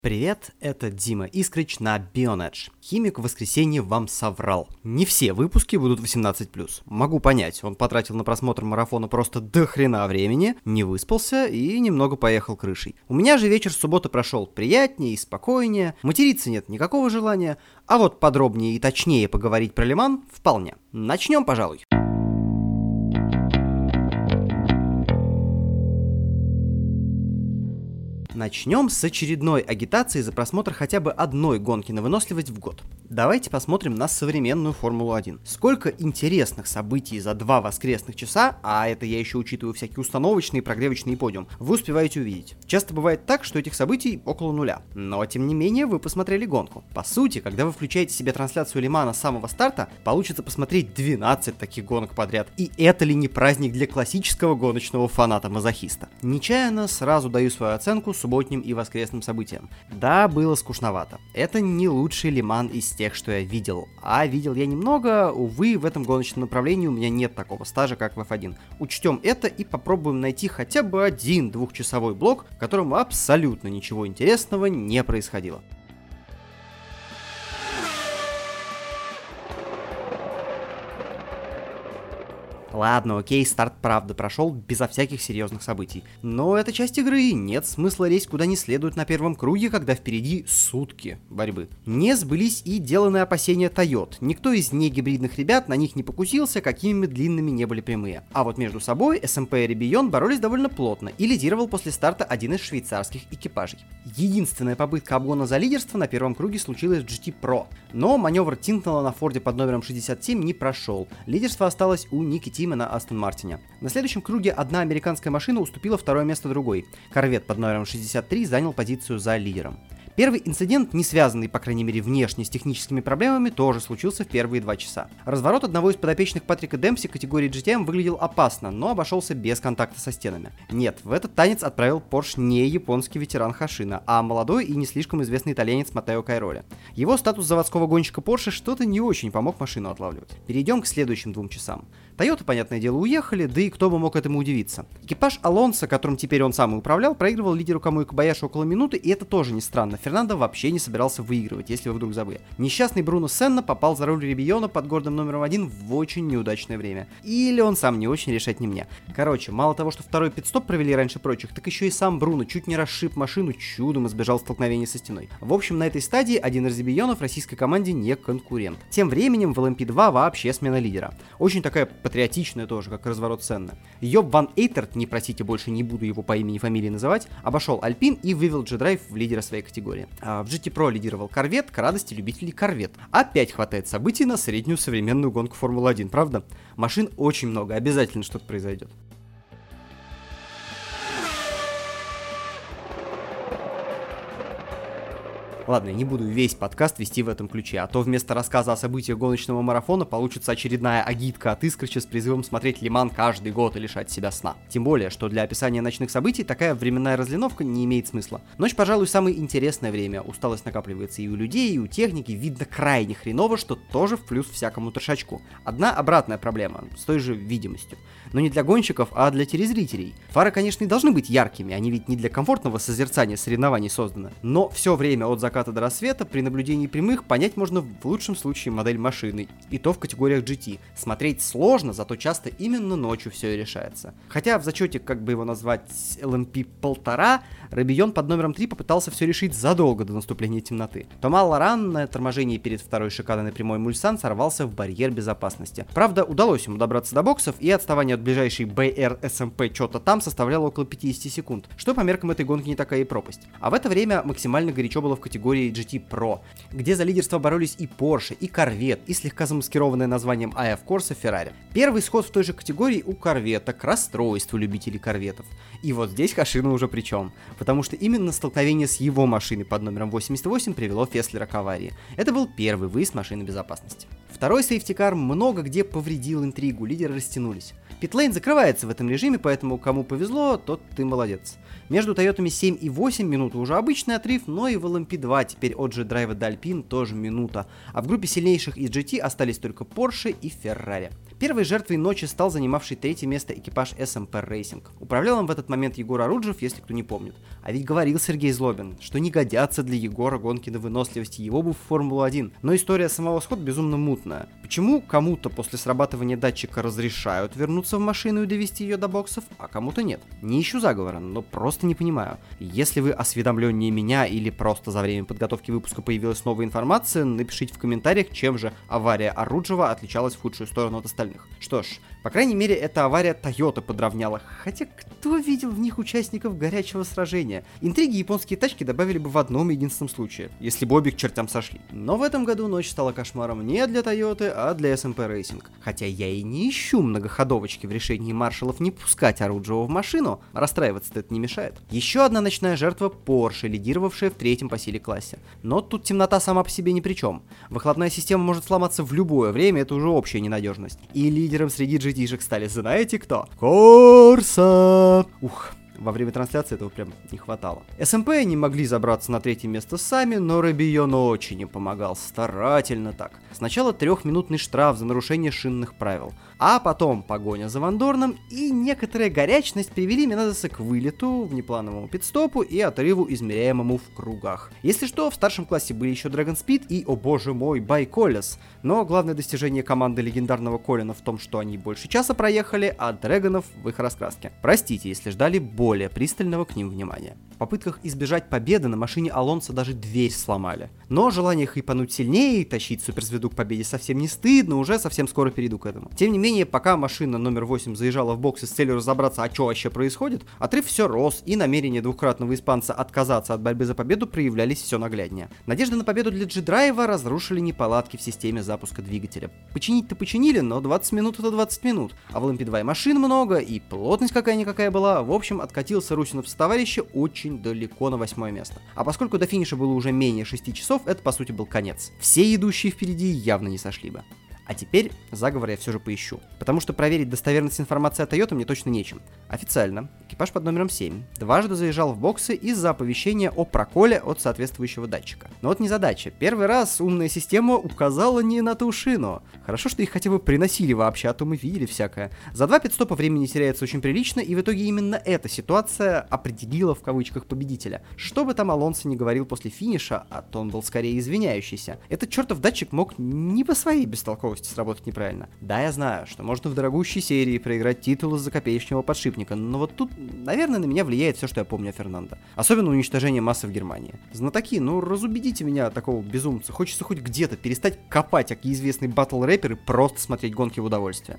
Привет, это Дима Искрич на Bionedge. Химик в воскресенье вам соврал. Не все выпуски будут 18+. Могу понять, он потратил на просмотр марафона просто до хрена времени, не выспался и немного поехал крышей. У меня же вечер субботы прошел приятнее и спокойнее, материться нет никакого желания, а вот подробнее и точнее поговорить про Лиман вполне. Начнем, пожалуй. Начнем с очередной агитации за просмотр хотя бы одной гонки на выносливость в год. Давайте посмотрим на современную Формулу-1. Сколько интересных событий за 2 воскресных часа, а это я еще учитываю всякие установочные, прогревочные и подиум, вы успеваете увидеть. Часто бывает так, что этих событий около нуля. Но тем не менее вы посмотрели гонку. По сути, когда вы включаете себе трансляцию Лимана с самого старта, получится посмотреть 12 таких гонок подряд. И это ли не праздник для классического гоночного фаната-мазохиста? Нечаянно сразу даю свою оценку субботним и воскресным событиям. Да, было скучновато. Это не лучший Лиман из тех, что я видел. А видел я немного, увы, в этом гоночном направлении у меня нет такого стажа, как в F1. Учтем это и попробуем найти хотя бы один 2-часовой блок, в котором абсолютно ничего интересного не происходило. Ладно, окей, старт правда прошел безо всяких серьезных событий. Но это часть игры, и нет смысла лезть куда не следует на первом круге, когда впереди сутки борьбы. Не сбылись и деланные опасения Toyota. Никто из негибридных ребят на них не покусился, какими длинными не были прямые. А вот между собой SMP и Rebellion боролись довольно плотно, и лидировал после старта один из швейцарских экипажей. Единственная попытка обгона за лидерство на первом круге случилась в GT Pro. Но маневр Тинтона на Форде под номером 67 не прошел. Лидерство осталось у Ники Тима на Астон Мартине. На следующем круге одна американская машина уступила второе место другой. Корвет под номером 63 занял позицию за лидером. Первый инцидент, не связанный, по крайней мере, внешне с техническими проблемами, тоже случился в первые 2 часа. Разворот одного из подопечных Патрика Демпси категории GTM выглядел опасно, но обошелся без контакта со стенами. Нет, в этот танец отправил Porsche не японский ветеран Хашина, а молодой и не слишком известный итальянец Маттео Кайроли. Его статус заводского гонщика Porsche что-то не очень помог машину отлавливать. Перейдем к следующим 2 часам. Toyota, понятное дело, уехали, да и кто бы мог этому удивиться. Экипаж Алонсо, которым теперь он сам и управлял, проигрывал лидеру Камui Кобаяши около минуты, и это тоже не странно. Фернандо вообще не собирался выигрывать, если вы вдруг забыли. Несчастный Бруно Сенна попал за руль Ребельона под городом номером 1 в очень неудачное время. Или он сам не очень, решать не мне. Короче, мало того, что второй пит-стоп провели раньше прочих, так еще и сам Бруно чуть не расшиб машину, чудом избежал столкновения со стеной. В общем, на этой стадии один из Ребельонов российской команде не конкурент. Тем временем в LMP2 вообще смена лидера. Очень такая патриотичная тоже, как разворот Сенна. Йоб Ван Эйтерт, не просите, больше не буду его по имени и фамилии называть, обошел Альпин и вывел G-Drive в лидера своей категории. В GT Pro лидировал Корвет, к радости любителей Корвет. Опять хватает событий на среднюю современную гонку Формулы-1, правда? Машин очень много, обязательно что-то произойдет. Ладно, я не буду весь подкаст вести в этом ключе, а то вместо рассказа о событиях гоночного марафона получится очередная агитка от Искрича с призывом смотреть Лиман каждый год и лишать себя сна. Тем более, что для описания ночных событий такая временная разлиновка не имеет смысла. Ночь, пожалуй, самое интересное время. Усталость накапливается и у людей, и у техники. Видно крайне хреново, что тоже в плюс всякому трешачку. Одна обратная проблема, с той же видимостью. Но не для гонщиков, а для телезрителей. Фары, конечно, и должны быть яркими, они ведь не для комфортного созерцания соревнований созданы. Но все время от заката до рассвета при наблюдении прямых понять можно в лучшем случае модель машины, и то в категориях GT. Смотреть сложно, зато часто именно ночью все и решается. Хотя в зачете, как бы его назвать, LMP 1.5, Rebellion под номером 3 попытался все решить задолго до наступления темноты. Тома Лоран на торможении перед второй шиканой на прямой Мульсан сорвался в барьер безопасности. Правда, удалось ему добраться до боксов, и отставание от ближайшей BR SMP что-то там составляло около 50 секунд, что по меркам этой гонки не такая и пропасть. А в это время максимально горячо было в категории GT Pro, где за лидерство боролись и Porsche, и Corvette, и слегка замаскированное названием AF Corsa Ferrari. Первый сход в той же категории у Корвета, к расстройству любителей корветов. И вот здесь Хашина уже при чем, потому что именно столкновение с его машиной под номером 88 привело Феслера к аварии. Это был первый выезд машины безопасности. Второй сейфтикар много где повредил интригу, лидеры растянулись. Питлейн закрывается в этом режиме, поэтому кому повезло, тот ты молодец. Между Тойотами 7 и 8 минут уже обычный отрыв, но и в LMP2 теперь от G-Drive до Alpine тоже минута. А в группе сильнейших из GT остались только Porsche и Ferrari. Первой жертвой ночи стал занимавший третье место экипаж SMP Racing. Управлял им в этот момент Егор Оруджев, если кто не помнит. А ведь говорил Сергей Злобин, что не годятся для Егора гонки на выносливость, его бы в Формулу-1. Но история самого схода безумно мутная. Почему кому-то после срабатывания датчика разрешают вернуться в машину и довести ее до боксов, а кому-то нет? Не ищу заговора, но просто не понимаю. Если вы осведомленнее меня или просто за время подготовки выпуска появилась новая информация, напишите в комментариях, чем же авария Оруджева отличалась в худшую сторону от остальных. Что ж, по крайней мере, эта авария Toyota подровняла, хотя кто видел в них участников горячего сражения? Интриги японские тачки добавили бы в одном единственном случае, если бы обе к чертям сошли. Но в этом году ночь стала кошмаром не для Toyota, а для SMP Racing. Хотя я и не ищу многоходовочки в решении маршалов не пускать Оруджева в машину, расстраиваться-то это не мешает. Еще одна ночная жертва Porsche, лидировавшая в третьем по силе классе. Но тут темнота сама по себе ни при чем. Выхлопная система может сломаться в любое время, это уже общая ненадежность. И лидером среди GT-шек стали, знаете кто? Корса! Ух, во время трансляции этого прям не хватало. SMP не могли забраться на третье место сами, но Робийон очень им помогал, старательно так. Сначала 3-минутный штраф за нарушение шинных правил, а потом погоня за Вандорном и некоторая горячность привели Менезеса к вылету, внеплановому пидстопу и отрыву, измеряемому в кругах. Если что, в старшем классе были еще Dragon Speed и, о боже мой, Байколес, но главное достижение команды легендарного Колина в том, что они больше часа проехали, а Дрэгонов в их раскраске. Простите, если ждали более пристального к ним внимания. В попытках избежать победы на машине Алонсо даже дверь сломали. Но желание хайпануть сильнее и тащить суперзвезду к победе совсем не стыдно, уже совсем скоро перейду к этому. Тем не менее, пока машина номер 8 заезжала в боксы с целью разобраться, а что вообще происходит, отрыв все рос, и намерения двукратного испанца отказаться от борьбы за победу проявлялись все нагляднее. Надежды на победу для G-Drive разрушили неполадки в системе запуска двигателя. Починить-то починили, но 20 минут это 20 минут, а в LMP2 и машин много, и плотность какая-никакая была, в общем, откатился Русинов с товарища очень далеко на 8 место. А поскольку до финиша было уже менее 6 часов, это по сути был конец. Все идущие впереди явно не сошли бы. А теперь заговор я все же поищу, потому что проверить достоверность информации о Toyota мне точно нечем. Официально, экипаж под номером 7 дважды заезжал в боксы из-за оповещения о проколе от соответствующего датчика. Но вот незадача. Первый раз умная система указала не на ту шину. Хорошо, что их хотя бы приносили вообще, а то мы видели всякое. За 2 пидстопа времени теряется очень прилично, и в итоге именно эта ситуация определила в кавычках победителя. Что бы там Алонсо не говорил после финиша, а то он был скорее извиняющийся, этот чертов датчик мог не по своей бестолковости сработать неправильно. Да, я знаю, что можно в дорогущей серии проиграть титул из-за копеечного подшипника, но вот тут, наверное, на меня влияет все, что я помню о Фернандо. Особенно уничтожение массы в Германии. Знатоки, ну разубедите меня, такого безумца. Хочется хоть где-то перестать копать, как известный батл-рэпер, и просто смотреть гонки в удовольствие.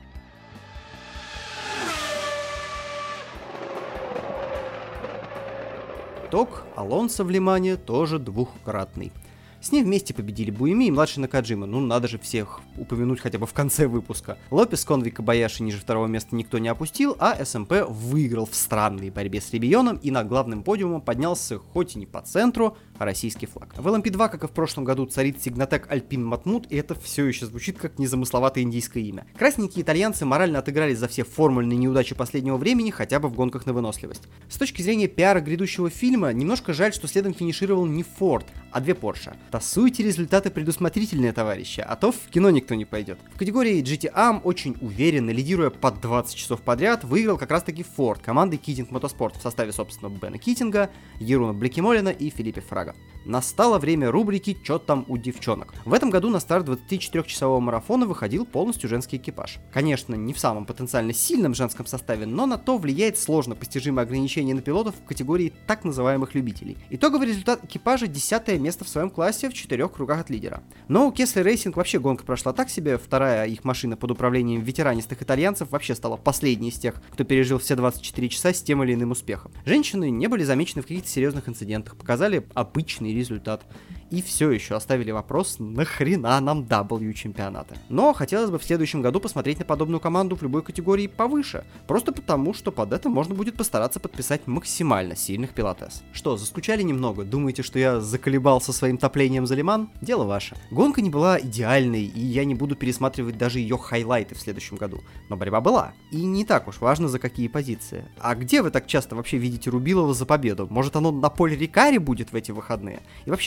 Итог: Алонсо в Лимане тоже двухкратный. С ним вместе победили Буеми и младший Накаджима, ну надо же всех упомянуть хотя бы в конце выпуска. Лопес, Конви, Кобаяши ниже второго места никто не опустил, а СМП выиграл в странной борьбе с Ребийоном и над главным подиумом поднялся хоть и не по центру, а российский флаг. В LMP2, как и в прошлом году, царит Сигнатек Альпин Матмут, и это все еще звучит как незамысловатое индийское имя. Красненькие итальянцы морально отыгрались за все формульные неудачи последнего времени, хотя бы в гонках на выносливость. С точки зрения пиара грядущего фильма, немножко жаль, что следом финишировал не Форд, а 2 Porsche. Тасуйте результаты предусмотрительные, товарищи, а то в кино никто не пойдет. В категории GT-AM очень уверенно, лидируя по 20 часов подряд, выиграл как раз таки Форд командой Keating Motorsport в составе, собственно, Бена Китинга, Еруна Бликимолина и Филиппе Фрага. Настало время рубрики «Чё там у девчонок?». В этом году на старт 24-часового марафона выходил полностью женский экипаж. Конечно, не в самом потенциально сильном женском составе, но на то влияет сложно постижимое ограничение на пилотов в категории так называемых любителей. Итоговый результат экипажа — 10-е место в своем классе в 4 кругах от лидера. Но у Kessler Racing вообще гонка прошла так себе, вторая их машина под управлением ветеранистых итальянцев вообще стала последней из тех, кто пережил все 24 часа с тем или иным успехом. Женщины не были замечены в каких-то серьезных инцидентах, показали обычный результат. И все еще оставили вопрос, нахрена нам W-чемпионаты. Но хотелось бы в следующем году посмотреть на подобную команду в любой категории повыше, просто потому, что под это можно будет постараться подписать максимально сильных пилотес. Что, заскучали немного? Думаете, что я заколебался своим топлением за Лиман? Дело ваше. Гонка не была идеальной, и я не буду пересматривать даже ее хайлайты в следующем году. Но борьба была. И не так уж важно, за какие позиции. А где вы так часто вообще видите Рубилова за победу? Может, оно на поле Рикари будет в эти выходные? И вообще, класс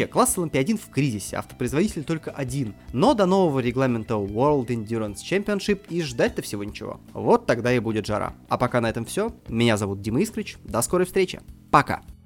LMP1 в кризисе, автопроизводитель только один. Но до нового регламента World Endurance Championship и ждать-то всего ничего. Вот тогда и будет жара. А пока на этом все. Меня зовут Дима Искрич. До скорой встречи. Пока.